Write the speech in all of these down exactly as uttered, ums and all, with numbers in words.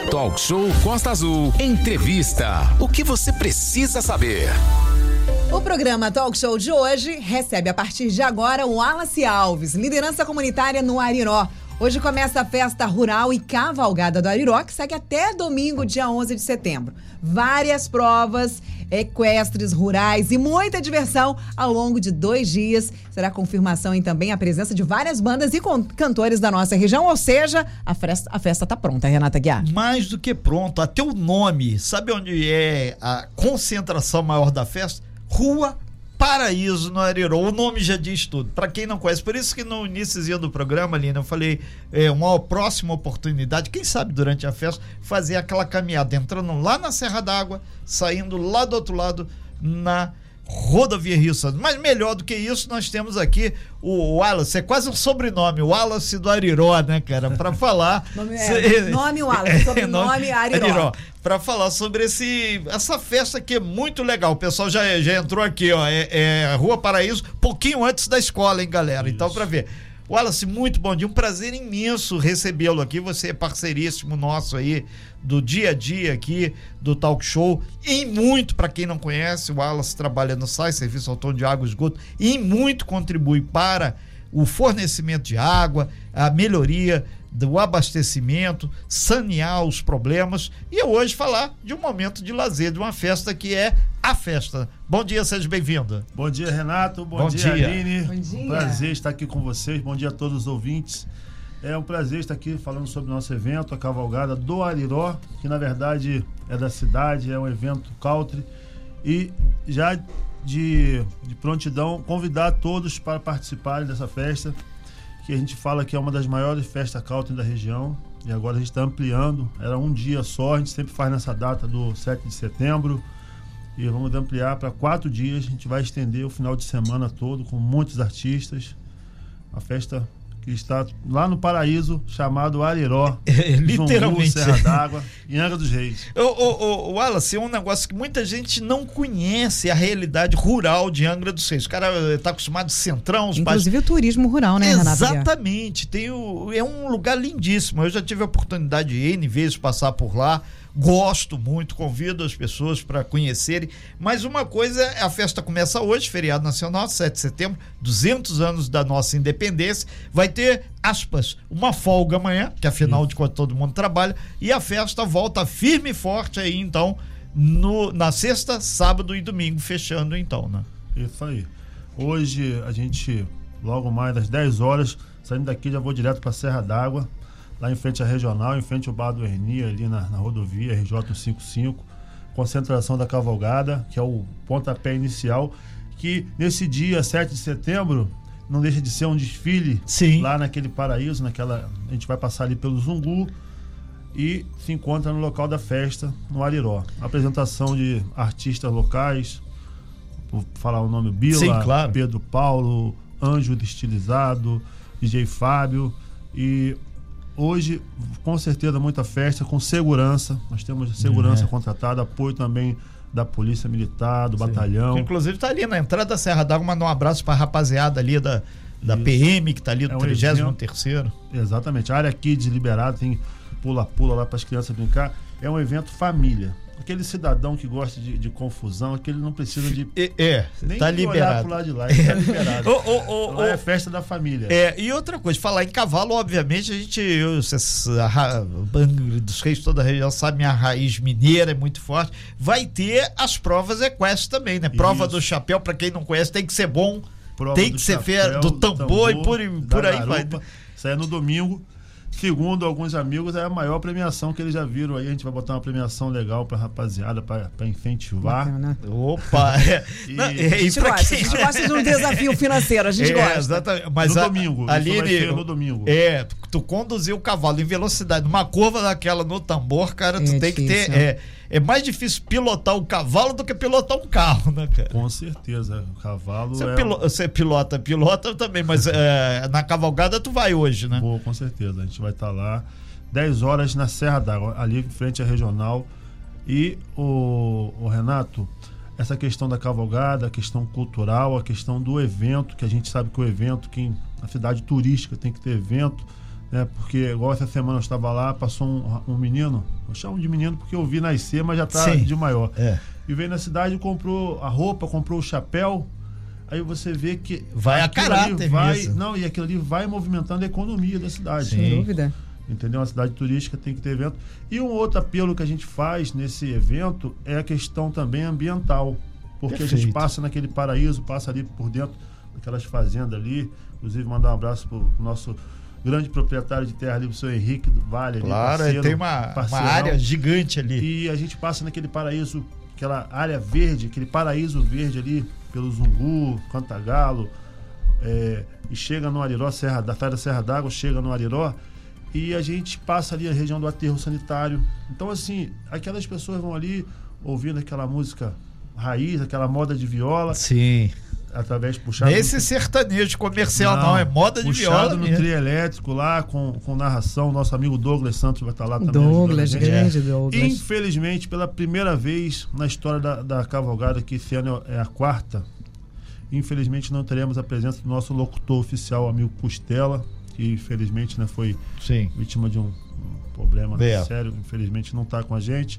Talk Show Costa Azul. Entrevista. O que você precisa saber? O programa Talk Show de hoje recebe a partir de agora o Wallace Alves, liderança comunitária no Ariró. Hoje começa a festa rural e cavalgada do Ariró, que segue até domingo, dia onze de setembro. Várias provas equestres, rurais e muita diversão ao longo de dois dias. Será confirmação e também a presença de várias bandas e cantores da nossa região, ou seja, a festa, a festa tá pronta, Renata Guiar. Mais do que pronto, até o nome, sabe onde é a concentração maior da festa? Rua Paraíso, no Ariró. O nome já diz tudo, para quem não conhece. Por isso que no início do programa, Lina, eu falei, é, uma próxima oportunidade, quem sabe durante a festa, fazer aquela caminhada, entrando lá na Serra d'Água, saindo lá do outro lado, na Rodovia Rio Santos. Mas melhor do que isso, nós temos aqui o Wallace, é quase um sobrenome, o Wallace do Ariró, né, cara? Para falar... nome, é, nome Wallace, sobrenome é, Ariró. Ariró. Para falar sobre esse, essa festa que é muito legal. O pessoal já, já entrou aqui, ó, é, é Rua Paraíso, pouquinho antes da escola, hein, galera? Isso. Então, para ver. Wallace, muito bom dia, um prazer imenso recebê-lo aqui. Você é parceiríssimo nosso aí, do dia a dia aqui, do Talk Show. E muito, para quem não conhece, o Wallace trabalha no S A I, Serviço Autônomo de Água e Esgoto, e muito contribui para o fornecimento de água, a melhoria do abastecimento, sanear os problemas e hoje falar de um momento de lazer, de uma festa que é a festa. Bom dia, seja bem-vindo. Bom dia, Renato. Bom, Bom dia, dia, Aline. Bom dia. Um prazer estar aqui com vocês. Bom dia a todos os ouvintes. É um prazer estar aqui falando sobre o nosso evento, a Cavalgada do Ariró, que na verdade é da cidade, é um evento country e já de, de prontidão convidar todos para participarem dessa festa, que a gente fala que é uma das maiores festas country da região e agora a gente está ampliando. Era um dia só, a gente sempre faz nessa data do sete de setembro e vamos ampliar para quatro dias. A gente vai estender o final de semana todo com muitos artistas. A festa que está lá no paraíso, chamado Ariró, é, literalmente. Zumbu, Serra d'Água e Angra dos Reis. O, o, o Wallace, é um negócio que muita gente não conhece, a realidade rural de Angra dos Reis. O cara está acostumado de centrão, os inclusive pais... o turismo rural, né, Renata? Exatamente, tem o, é um lugar lindíssimo. Eu já tive a oportunidade de N vezes passar por lá. Gosto muito, convido as pessoas para conhecerem, mas uma coisa, a festa começa hoje, feriado nacional, sete de setembro, duzentos anos da nossa independência, vai ter, aspas, uma folga amanhã, que afinal de contas todo mundo trabalha, e a festa volta firme e forte aí, então, no, na sexta, sábado e domingo, fechando então, né? Isso aí. Hoje a gente, logo mais às dez horas, saindo daqui já vou direto para Serra d'Água, lá em frente à Regional, em frente ao Bar do Erni, ali na, na rodovia R J cento e cinquenta e cinco, concentração da cavalgada, que é o pontapé inicial, que nesse dia sete de setembro não deixa de ser um desfile. Sim. Lá naquele paraíso, naquela, a gente vai passar ali pelo Zumbu e se encontra no local da festa, no Ariró. Apresentação de artistas locais, vou falar o nome, Bila, sim, claro. Pedro Paulo, Anjo Estilizado, D J Fábio. E hoje, com certeza, muita festa, com segurança. Nós temos segurança é. contratada, apoio também da Polícia Militar, do Sim. Batalhão. Que, inclusive está ali na entrada da Serra d'Água, mandar um abraço para a rapaziada ali da, da P M, que está ali do é um trigésimo terceiro. Exatamente. A área Kids liberada, tem pula-pula lá para as crianças brincar. É um evento família. Aquele cidadão que gosta de, de confusão, aquele não precisa de... É, é nem tá de liberado. olhar pro lado de lá, ele tá liberado. oh, oh, oh, lá oh, é festa da família. É, e outra coisa, falar em cavalo, obviamente, a gente, eu, a, a Angra dos Reis, toda a região sabe, minha raiz mineira é muito forte. Vai ter as provas equestres também, né? Prova Isso. do chapéu, para quem não conhece, tem que ser bom, Prova tem que do ser chapéu, fera, do tambor, tambor e por, por aí garupa. vai. Isso aí é no domingo. Segundo alguns amigos, é a maior premiação que eles já viram aí. A gente vai botar uma premiação legal pra rapaziada, pra, pra incentivar. Bacana. Opa! É, e, não, é, a, gente gosta, quem... a gente gosta de um desafio financeiro, a gente é, gosta. Exatamente. Mas no a, domingo. Ali isso vai ser no domingo. É, tu, tu conduzir o cavalo em velocidade, numa curva daquela no tambor, cara, tu é tem difícil. que ter... É, é mais difícil pilotar o cavalo do que pilotar um carro, né, cara? Com certeza. O cavalo você é... Pilo, você pilota, pilota também, mas é, na cavalgada tu vai hoje, né? Vou, com certeza. A gente vai estar tá lá dez horas na Serra d'Água, ali em frente à Regional. E o, o Renato, essa questão da cavalgada, a questão cultural, a questão do evento, que a gente sabe que o evento, quem, a cidade turística tem que ter evento, né? Porque igual essa semana eu estava lá, passou um, um menino, eu chamo de menino porque eu vi nascer, mas já tá Sim. de maior. É. E veio na cidade, comprou a roupa, comprou o chapéu. Aí você vê que vai a aquilo caráter ali vai, mesmo. não, e aquilo ali vai movimentando a economia da cidade. Sim. Sem dúvida. Entendeu? Uma cidade turística tem que ter evento. E um outro apelo que a gente faz nesse evento é a questão também ambiental. Porque Perfeito. a gente passa naquele paraíso, passa ali por dentro daquelas fazendas ali. Inclusive, mandar um abraço pro nosso grande proprietário de terra ali, o seu Henrique do Vale. Ali, Claro, parceiro, tem uma, uma parceirão. área gigante ali. E a gente passa naquele paraíso, aquela área verde, aquele paraíso verde ali, pelo Zungu, Cantagalo, é, e chega no Ariró, Serra, da da Serra d'Água, chega no Ariró, e a gente passa ali a região do aterro sanitário. Então, assim, aquelas pessoas vão ali ouvindo aquela música raiz, aquela moda de viola. Sim. Através puxado. Esse no... sertanejo comercial não, não, é moda de viola. Puxado no mesmo. trio elétrico lá, com, com narração. Nosso amigo Douglas Santos vai estar lá também. Douglas, grande Douglas. Infelizmente, pela primeira vez na história da, da cavalgada, que esse ano é a quarta, infelizmente não teremos a presença do nosso locutor oficial, amigo Costela, que infelizmente, né, foi Sim. vítima de um, um problema é. sério, infelizmente não está com a gente,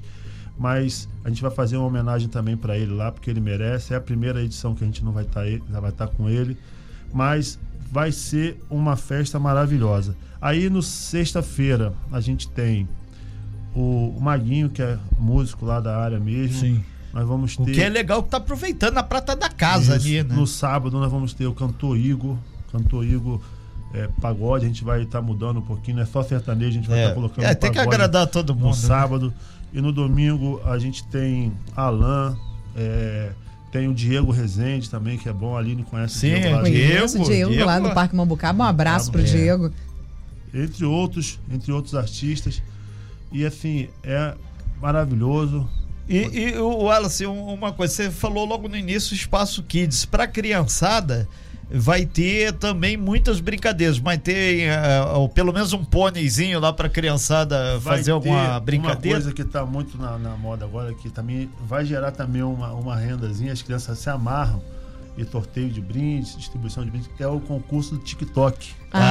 mas a gente vai fazer uma homenagem também para ele lá, porque ele merece. É a primeira edição que a gente não vai estar tá, vai estar tá com ele, mas vai ser uma festa maravilhosa. Aí no sexta-feira a gente tem o, o Maguinho, que é músico lá da área mesmo. Sim. Nós vamos ter... O que é legal que tá aproveitando a prata da casa Isso. ali, né? No sábado nós vamos ter o Cantor Igor. Cantor Igor é, pagode, a gente vai estar tá mudando um pouquinho, não é só sertanejo, a gente vai estar é. tá colocando É, tem que agradar todo mundo. No sábado. Né? E no domingo a gente tem Alan, é, tem o Diego Rezende também, que é bom, a Aline conhece Sim, o Diego. Lá Diego, Diego, Diego, Diego lá no Parque Mambucaba, um abraço ah, pro é. Diego. Entre outros, entre outros artistas. E assim, é maravilhoso. E, e o Wallace, uma coisa, você falou logo no início, o Espaço Kids, para criançada vai ter também muitas brincadeiras, vai ter uh, pelo menos um pôneizinho lá para criançada vai fazer alguma brincadeira. Uma coisa que está muito na, na moda agora, que também vai gerar também uma, uma rendazinha, as crianças se amarram, e sorteio de brindes, distribuição de brindes, que é o concurso do TikTok.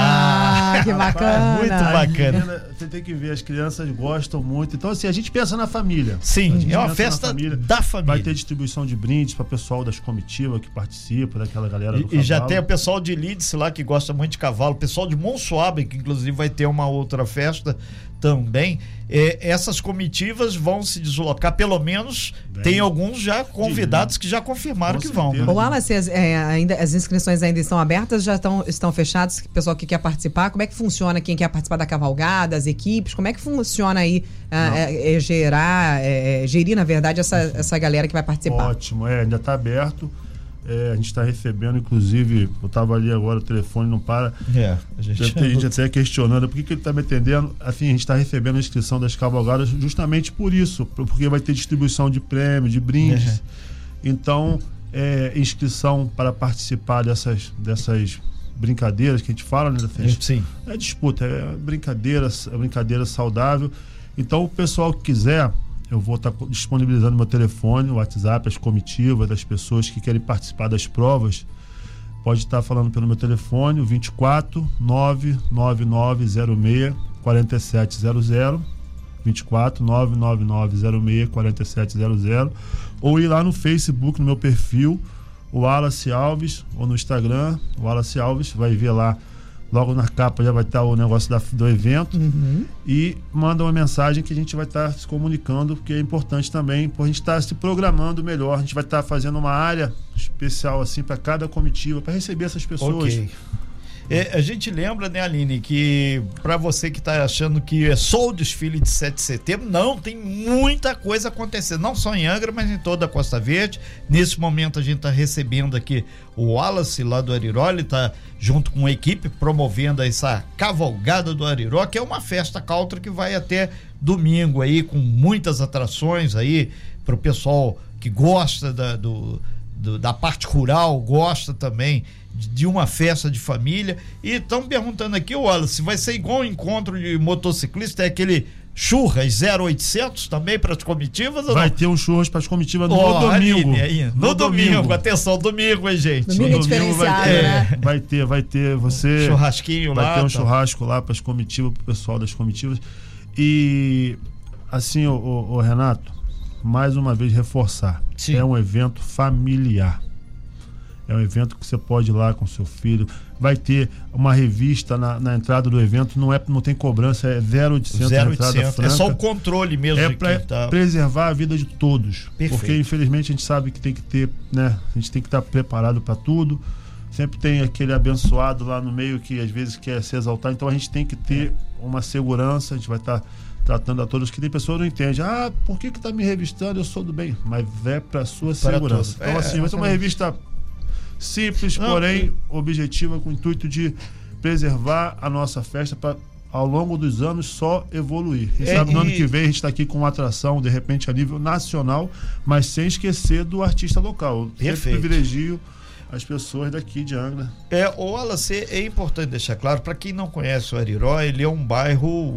Ah, ah que bacana. Muito bacana. Menina, você tem que ver, as crianças gostam muito. Então, assim, a gente pensa na família. Sim, é uma festa família. da família. Vai ter distribuição de brindes para o pessoal das comitivas que participa, daquela galera do e, cavalo. E já tem o pessoal de Lídice lá que gosta muito de cavalo, o pessoal de Monsuaba, que inclusive vai ter uma outra festa também. É, essas comitivas vão se deslocar, pelo menos Bem, tem alguns já convidados que já confirmaram que vão. Né? O Wallace, as, é, ainda, as inscrições ainda estão abertas, já estão, estão fechadas, o pessoal que quer participar, como é que funciona quem quer participar da cavalgada, as equipes, como é que funciona aí ah, é, é, gerar, é, gerir na verdade essa, essa galera que vai participar? Ótimo, é, ainda está aberto. É, a gente está recebendo, inclusive, eu estava ali agora, o telefone não para. É, a gente... Já tem gente até questionando por que, que ele está me atendendo. Assim, a gente está recebendo a inscrição das cavalgadas justamente por isso, porque vai ter distribuição de prêmios, de brindes. Uhum. Então, é, inscrição para participar dessas, dessas brincadeiras que a gente fala, né? Sim. É disputa, é brincadeira, é brincadeira saudável. Então, o pessoal que quiser, eu vou estar disponibilizando meu telefone, o WhatsApp, as comitivas, das pessoas que querem participar das provas. Pode estar falando pelo meu telefone, o vinte e quatro, nove nove nove zero seis, quatro sete zero zero, vinte e quatro, nove nove nove zero seis, quatro sete zero zero, ou ir lá no Facebook, no meu perfil, o Wallace Alves, ou no Instagram, o Wallace Alves, vai ver lá. Logo na capa já vai estar o negócio da, do evento. Uhum. E manda uma mensagem que a gente vai estar se comunicando, porque é importante também, por a gente estar se programando melhor. A gente vai estar fazendo uma área especial assim para cada comitiva, para receber essas pessoas. Okay. É, a gente lembra, né, Aline, que para você que está achando que é só o desfile de sete de setembro, não, tem muita coisa acontecendo, não só em Angra, mas em toda a Costa Verde. Nesse momento a gente está recebendo aqui o Wallace lá do Ariró, ele está junto com a equipe promovendo essa cavalgada do Ariró, que é uma festa country que vai até domingo aí, com muitas atrações aí para o pessoal que gosta da, do, do, da parte rural, gosta também de uma festa de família. E estão perguntando aqui, Wallace, se vai ser igual um encontro de motociclista, é aquele churras zero oitocentos também para as comitivas? Ou vai não? ter um churras para as comitivas no Oh, domingo. Aí, no, no domingo. domingo, atenção, domingo, hein, gente? Domingo é diferenciado, vai, né? é, vai ter, vai ter, você... Um churrasquinho vai lá. Vai ter um tá. churrasco lá para as comitivas, para o pessoal das comitivas. E, assim, o, o, o Renato, mais uma vez reforçar, Sim. é um evento familiar. É um evento que você pode ir lá com seu filho. Vai ter uma revista na, na entrada do evento, não, é, não tem cobrança, é zero oitocentos, zero entrada oitocentos. franca. É só o controle mesmo. É de para tá... preservar a vida de todos. Perfeito. Porque infelizmente a gente sabe que tem que ter, né? A gente tem que estar preparado para tudo. Sempre tem aquele abençoado lá no meio que às vezes quer se exaltar. Então a gente tem que ter uma segurança. A gente vai estar tratando a todos, que tem pessoas que não entendem. Ah, por que que tá me revistando? Eu sou do bem. Mas é para sua Pra segurança. todos. Então É, assim, vai ser uma revista simples, Não, porém objetiva, com o intuito de preservar a nossa festa para ao longo dos anos só evoluir. Quem É, sabe no e... ano que vem a gente está aqui com uma atração, de repente, a nível nacional, mas sem esquecer do artista local. Eu sempre privilegio as pessoas daqui de Angra. É, o Wallace, é importante deixar claro, para quem não conhece o Ariró, ele é um bairro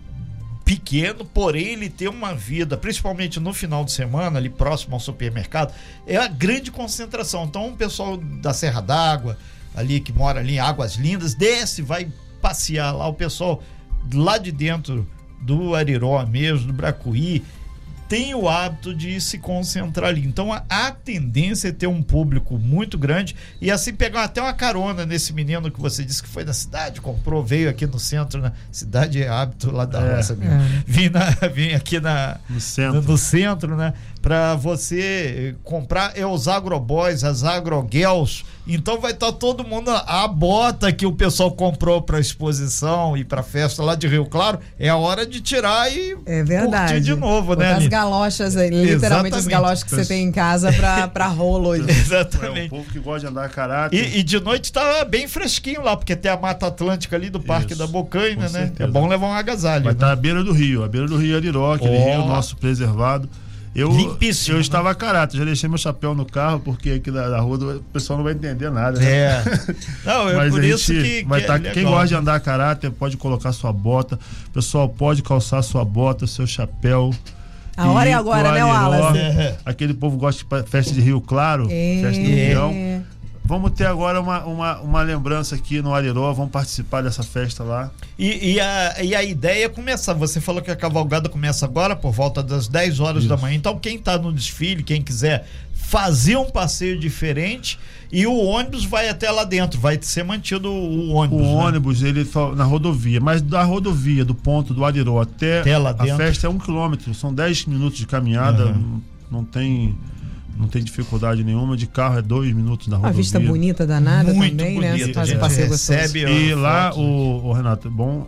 pequeno, porém ele tem uma vida, principalmente no final de semana, ali próximo ao supermercado, é a grande concentração. Então o pessoal da Serra d'Água, ali que mora ali em Águas Lindas, desce, vai passear lá, o pessoal lá de dentro do Ariró mesmo, do Bracuí, tem o hábito de se concentrar ali. Então a, a tendência é ter um público muito grande e assim pegar até uma carona nesse menino que você disse que foi na cidade, comprou, veio aqui no centro, na cidade é hábito lá da É, roça mesmo. é. Vim, na, vim aqui na, No centro. no, no centro, né? Pra você comprar é os agroboys, as agrogels. Então vai estar todo mundo, a bota que o pessoal comprou pra exposição e pra festa lá de Rio Claro, é a hora de tirar e É verdade. curtir de novo, Botar né? as Aline? galochas aí, literalmente as Exatamente. galochas que você tem em casa pra, pra rolo hoje. É um Exatamente. povo que gosta de andar a caráter. E, e de noite tá bem fresquinho lá, porque tem a Mata Atlântica ali do Parque Isso, da Bocaina, com né? certeza. É bom levar um agasalho. Vai né? estar à beira do rio, à beira do rio Ariró, aquele Ó. rio nosso preservado. Eu, Limpíssimo, eu né? estava a caráter, já deixei meu chapéu no carro, porque aqui da, da rua do- o pessoal não vai entender nada. Né? É. Não, é Mas por a isso gente que, vai que tá, é quem legal. gosta de andar a caráter pode colocar sua bota. Pessoal, pode calçar sua bota, seu chapéu. A hora E é agora, pro né, Ariró, Wallace? É. Aquele povo gosta de festa de Rio Claro, É. festa do Peão. Vamos ter agora uma, uma, uma lembrança aqui no Ariró, vamos participar dessa festa lá. E, e, a, e a ideia é começar. Você falou que a cavalgada começa agora por volta das dez horas Isso. da manhã. Então, quem está no desfile, quem quiser fazer um passeio diferente, e o ônibus vai até lá dentro, vai ser mantido o ônibus. O né? ônibus, ele só na rodovia, mas da rodovia, do ponto do Ariró até, Até lá a dentro. festa é um quilômetro, são dez minutos de caminhada, Uhum. não, não tem não tem dificuldade nenhuma, de carro é dois minutos na Uma rodovia. vista bonita, danada Muito também, né? bonita, Você faz gente. um passeio gostoso. Recebe E a lá, foto, o, o Renato, é bom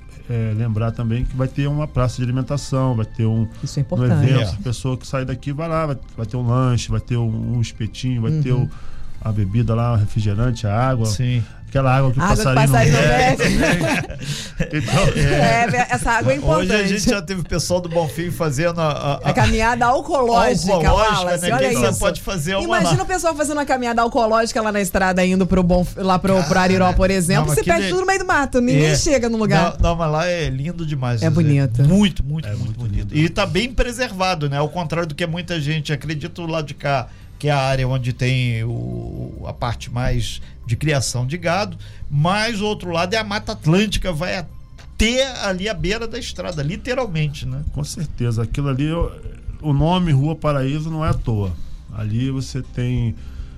é, lembrar também que vai ter uma praça de alimentação, vai ter um Isso é no importante. evento, É. a pessoa que sai daqui vai lá, vai, vai ter um lanche, vai ter um, um espetinho, vai ter o, a bebida lá, o refrigerante, a água, Sim. aquela água que o Água que passarinho, passarinho não é, bebe. então, É, essa água é Hoje importante. a gente já teve o pessoal do Bonfim fazendo a, a, A caminhada alcológica, Alcológica, Wallace, né? olha Quem sabe isso. pode fazer uma Imagina lá. o pessoal fazendo uma caminhada alcológica lá na estrada, indo pro bom, lá pro, pro Ariró, por exemplo. não, Você aquele- perde tudo no meio do mato, ninguém É. chega no lugar. Não, não, mas lá é lindo demais. É né? bonito. Muito, muito, É muito, muito bonito. lindo. E tá bem preservado, né? Ao contrário do que muita gente acredita, do lado de cá, que é a área onde tem o, a parte mais de criação de gado, mas o outro lado é a Mata Atlântica, vai até ali à beira da estrada, literalmente, né? com certeza, aquilo ali, o nome Rua Paraíso não é à toa. Ali você tem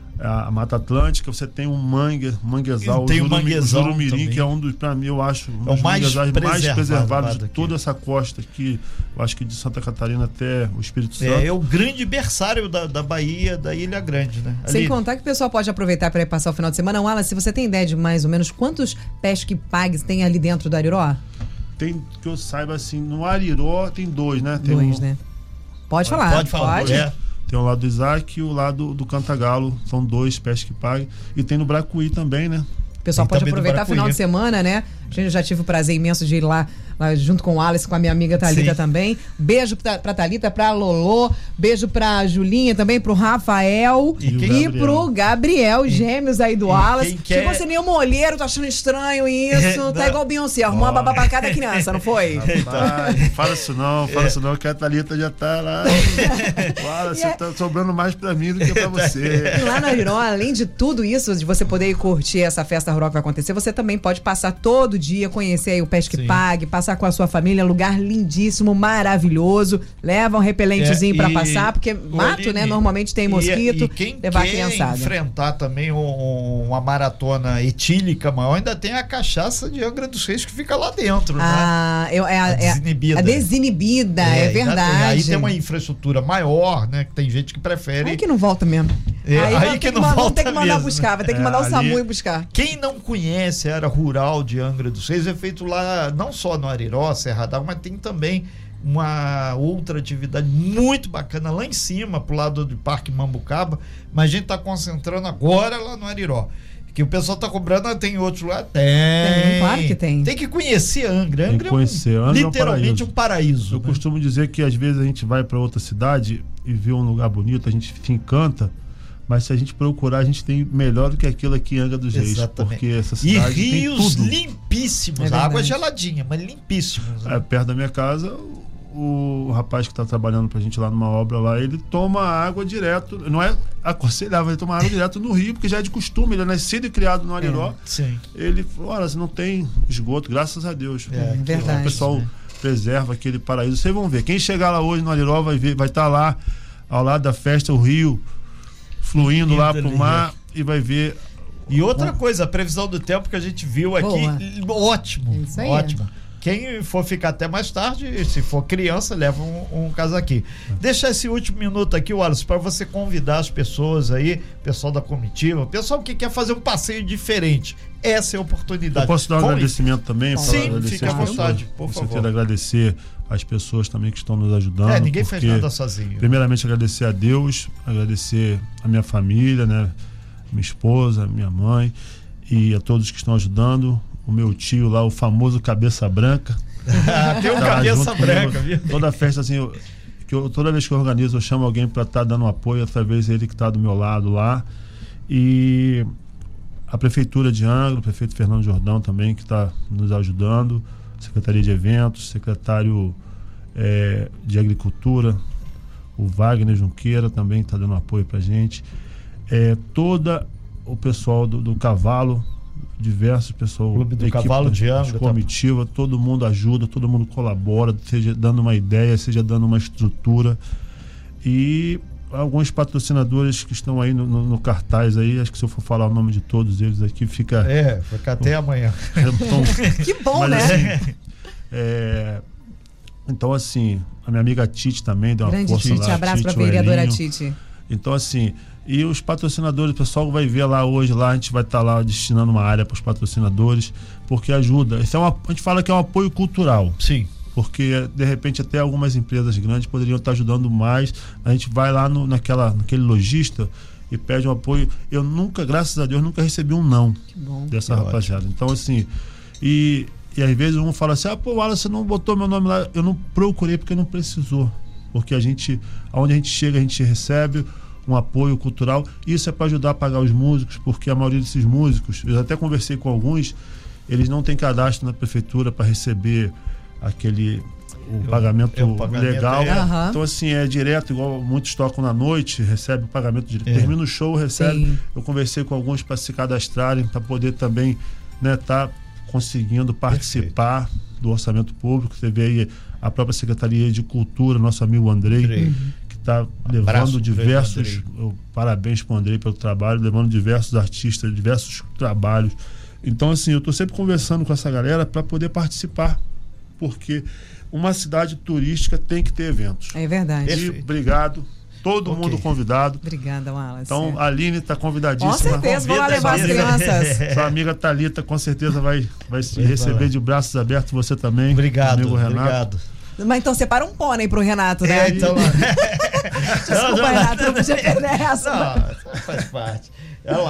a Mata Atlântica, você tem um mangue, manguezal, Tem o um Jurumi- manguezal o Jurumirim, também. que é um dos, pra mim, eu acho, um É o dos mais manguezais mais preservado preservados lá de daqui. toda essa costa aqui, eu acho que de Santa Catarina até o Espírito Santo. É, é o grande berçário da, da Bahia, da Ilha Grande, né? Sem Ali- contar que o pessoal pode aproveitar para ir passar o final de semana. Wallace, se você tem ideia de mais ou menos quantos pesque pagues tem ali dentro do Ariró? Tem, que eu saiba assim, no Ariró tem dois, né? Tem Dois, um, né? Pode falar. Pode falar, Pode. é. Tem o lado do Isaac e o lado do Cantagalo, são dois pesque pague. E tem no Bracuí também, né? O pessoal Tem pode também do aproveitar o Bracuí. final de semana, né? Gente, eu já tive o prazer imenso de ir lá, lá junto com o Alice, com a minha amiga Thalita. Sim. Também. Beijo pra, pra Thalita, pra Lolô, beijo pra Julinha também, pro Rafael e, e pro Gabriel, gêmeos aí do Wallace. Quer... Chegou sem nenhum olheiro, tô achando estranho isso. Tá igual o Beyoncé, arrumou uma babá pra cada criança, não foi? Rapaz, não fala isso não, fala isso não, que a Thalita já tá lá. Wallace, yeah. Tá sobrando mais pra mim do que pra você. E lá no Ariró, além de tudo isso, de você poder curtir essa festa rural que vai acontecer, você também pode passar todo dia, conhecer aí o Pesque Sim. Pague, passar com a sua família, lugar lindíssimo, maravilhoso. Leva um repelentezinho é, pra passar, porque mato, Aline, né? Normalmente tem mosquito. E, e quem levar quer a criançada. Enfrentar também um, uma maratona etílica maior, ainda tem a cachaça de Angra dos Reis que fica lá dentro, ah, né? Eu, é, a, a desinibida. A desinibida, é, é verdade. Tem, aí tem uma infraestrutura maior, né? Que tem gente que prefere. Aí que não volta mesmo. É, aí, aí que não volta. Vamos ter que mandar mesmo. buscar, vai ter que mandar é, o SAMU ir buscar. Quem não conhece a área rural de Angra dos Reis, é feito lá, não só no Ariró, Serra d'Água, mas tem também uma outra atividade muito bacana lá em cima, pro lado do Parque Mambucaba, mas a gente está concentrando agora lá no Ariró. Que o pessoal tá cobrando, tem outros lá? Tem. Tem, claro que tem. Tem que conhecer Angra. Angra tem que conhecer. é um, Angra literalmente é um paraíso. um paraíso. Eu né? costumo dizer que às vezes a gente vai para outra cidade e vê um lugar bonito, a gente se encanta, mas se a gente procurar, a gente tem melhor do que aquilo aqui em Angra dos Reis. Exatamente. Porque essa cidade e rios tem tudo. limpíssimos. É a água é geladinha, mas limpíssimos. Né? É, perto da minha casa, o rapaz que está trabalhando pra gente lá numa obra lá, ele toma água direto, não é aconselhável ele tomar água direto no rio, porque já é de costume, ele é nascido e criado no Ariró. É, sim. Ele falou, olha, não tem esgoto, graças a Deus. É, verdade. O pessoal né? preserva aquele paraíso. Vocês vão ver, quem chegar lá hoje no Ariró vai ver, vai estar lá ao lado da festa, o rio fluindo lá pro mar e vai ver. E outra coisa, a previsão do tempo que a gente viu aqui, Boa. ótimo, Isso aí ótimo. É. Quem for ficar até mais tarde, se for criança, leva um, um casaquinho. Deixa esse último minuto aqui, Wallace, para você convidar as pessoas aí, pessoal da comitiva, pessoal que quer fazer um passeio diferente. Essa é a oportunidade. Eu posso dar um Com agradecimento também? Sim, fica à vontade, por favor. favor. Eu quero agradecer as pessoas também que estão nos ajudando. É, ninguém fez nada sozinho. Primeiramente, agradecer a Deus, agradecer a minha família, né? Minha esposa, minha mãe e a todos que estão ajudando. O meu tio lá, o famoso Cabeça Branca. Tem um tá Cabeça Branca, viu? Toda festa, assim, eu, que eu, toda vez que eu organizo, eu chamo alguém para estar tá dando apoio, através dele que está do meu lado lá. E a Prefeitura de Angra, o prefeito Fernando Jordão também, que está nos ajudando, Secretaria de Eventos, secretário é, de Agricultura, o Wagner Junqueira também está dando apoio para a gente. É, todo o pessoal do, do Cavalo, diversos pessoal, Clube do Cavalo de Angra, comitiva, tá? Todo mundo ajuda, todo mundo colabora, seja dando uma ideia, seja dando uma estrutura. E alguns patrocinadores que estão aí no, no, no cartaz aí, acho que se eu for falar o nome de todos eles aqui, fica... É, fica até amanhã. Então, que bom, mas, né? Assim, é, então, assim, a minha amiga Tite também deu uma Grande força Tite, lá. abraço Tite, pra vereadora Elinho. Tite. Então, assim, e os patrocinadores, o pessoal vai ver lá hoje, lá a gente vai estar tá lá destinando uma área para os patrocinadores, porque ajuda. Isso é uma, a gente fala que é um apoio cultural. Sim. Porque, de repente, até algumas empresas grandes poderiam estar ajudando mais. A gente vai lá no, naquela, naquele lojista e pede um apoio. Eu nunca, graças a Deus, nunca recebi um não dessa que rapaziada. ótimo. Então, assim, e, e às vezes um fala assim, ah, pô, Wallace, você não botou meu nome lá. Eu não procurei porque não precisou. Porque a gente, aonde a gente chega, a gente recebe um apoio cultural. Isso é para ajudar a pagar os músicos, porque a maioria desses músicos, eu até conversei com alguns, eles não têm cadastro na prefeitura para receber aquele o eu, pagamento, eu, pagamento legal. É. Uhum. Então, assim, é direto, igual muitos tocam na noite, recebe o pagamento direto. É. Termina o show, recebe. Sim. Eu conversei com alguns para se cadastrarem, para poder também né, tá conseguindo participar Perfeito. do orçamento público. Você vê aí a própria Secretaria de Cultura, nosso amigo Andrei, Andrei. que está levando diversos. Eu, parabéns para o Andrei pelo trabalho, levando diversos artistas, diversos trabalhos. Então, assim, eu estou sempre conversando com essa galera para poder participar, porque uma cidade turística tem que ter eventos. É verdade. E obrigado. Todo okay. mundo convidado. Obrigada, Wallace. Então, a Aline está convidadíssima. Com certeza, vou lá levar as crianças. Sua amiga Thalita com certeza vai, vai se receber de braços abertos, você também. Obrigado, amigo Renato. Obrigado. Mas então separa um pônei pro Renato, né? É, então... Desculpa, não, não, Renato, não podia perder essa. Não, faz parte. Olha lá.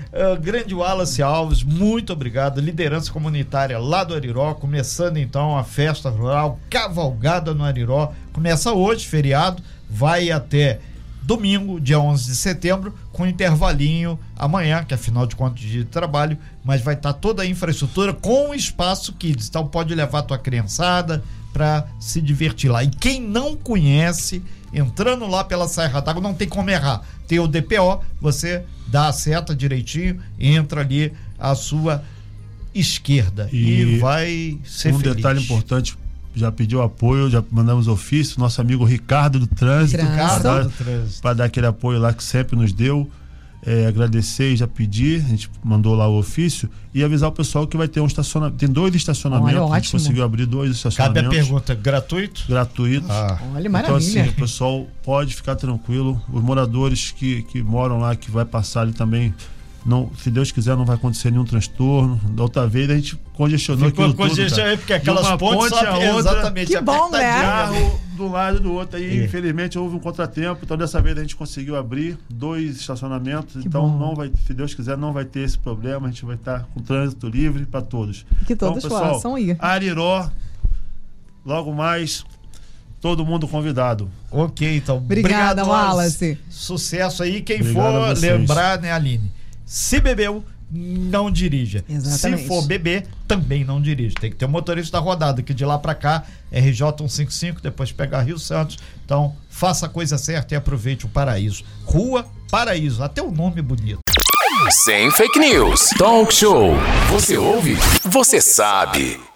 Uh, grande Wallace Alves, muito obrigado. Liderança comunitária lá do Ariró, começando então a festa rural Cavalgada no Ariró. Começa hoje, feriado, vai até domingo, dia onze de setembro, com intervalinho amanhã, que afinal de contas dia de trabalho, mas vai estar toda a infraestrutura com espaço kids, então pode levar a tua criançada para se divertir lá. E quem não conhece, entrando lá pela Serra d'Água, não tem como errar. Tem o D P O, você dá a seta direitinho, entra ali à sua esquerda e, e vai ser um feliz. Detalhe importante, já pediu apoio, já mandamos ofício, nosso amigo Ricardo do Trânsito, para dar aquele apoio lá que sempre nos deu. É, agradecer e já pedir, a gente mandou lá o ofício e avisar o pessoal que vai ter um estacionamento, tem dois estacionamentos. Olha, a gente conseguiu abrir dois estacionamentos. Cabe a pergunta, gratuito? Gratuito. Ah. Olha, maravilha. Então assim, o pessoal pode ficar tranquilo, os moradores que, que moram lá, que vai passar ali também, não, se Deus quiser não vai acontecer nenhum transtorno. Da outra vez a gente congestionou Ficou aquilo congestionou tudo, porque aquelas pontes ponte a outra, exatamente, que bom, né? Carro do lado do outro aí, é. Infelizmente houve um contratempo, então dessa vez a gente conseguiu abrir dois estacionamentos, que então bom. não vai, se Deus quiser não vai ter esse problema, a gente vai estar com trânsito livre para todos. Que todos então, pessoal, possam ir. Ariró, logo mais, todo mundo convidado. Ok, então. Obrigada, obrigado, Wallace. Wallace. Sucesso aí. Quem Obrigado for lembrar, né, Aline? Se bebeu, não dirija. Exatamente. Se for beber, também não dirija. Tem que ter o motorista da rodada, que de lá pra cá, R J cento e cinquenta e cinco, depois pega Rio Santos. Então, faça a coisa certa e aproveite o Paraíso. Rua Paraíso, até o nome é bonito. Sem fake news. Talk show. Você ouve? Você sabe.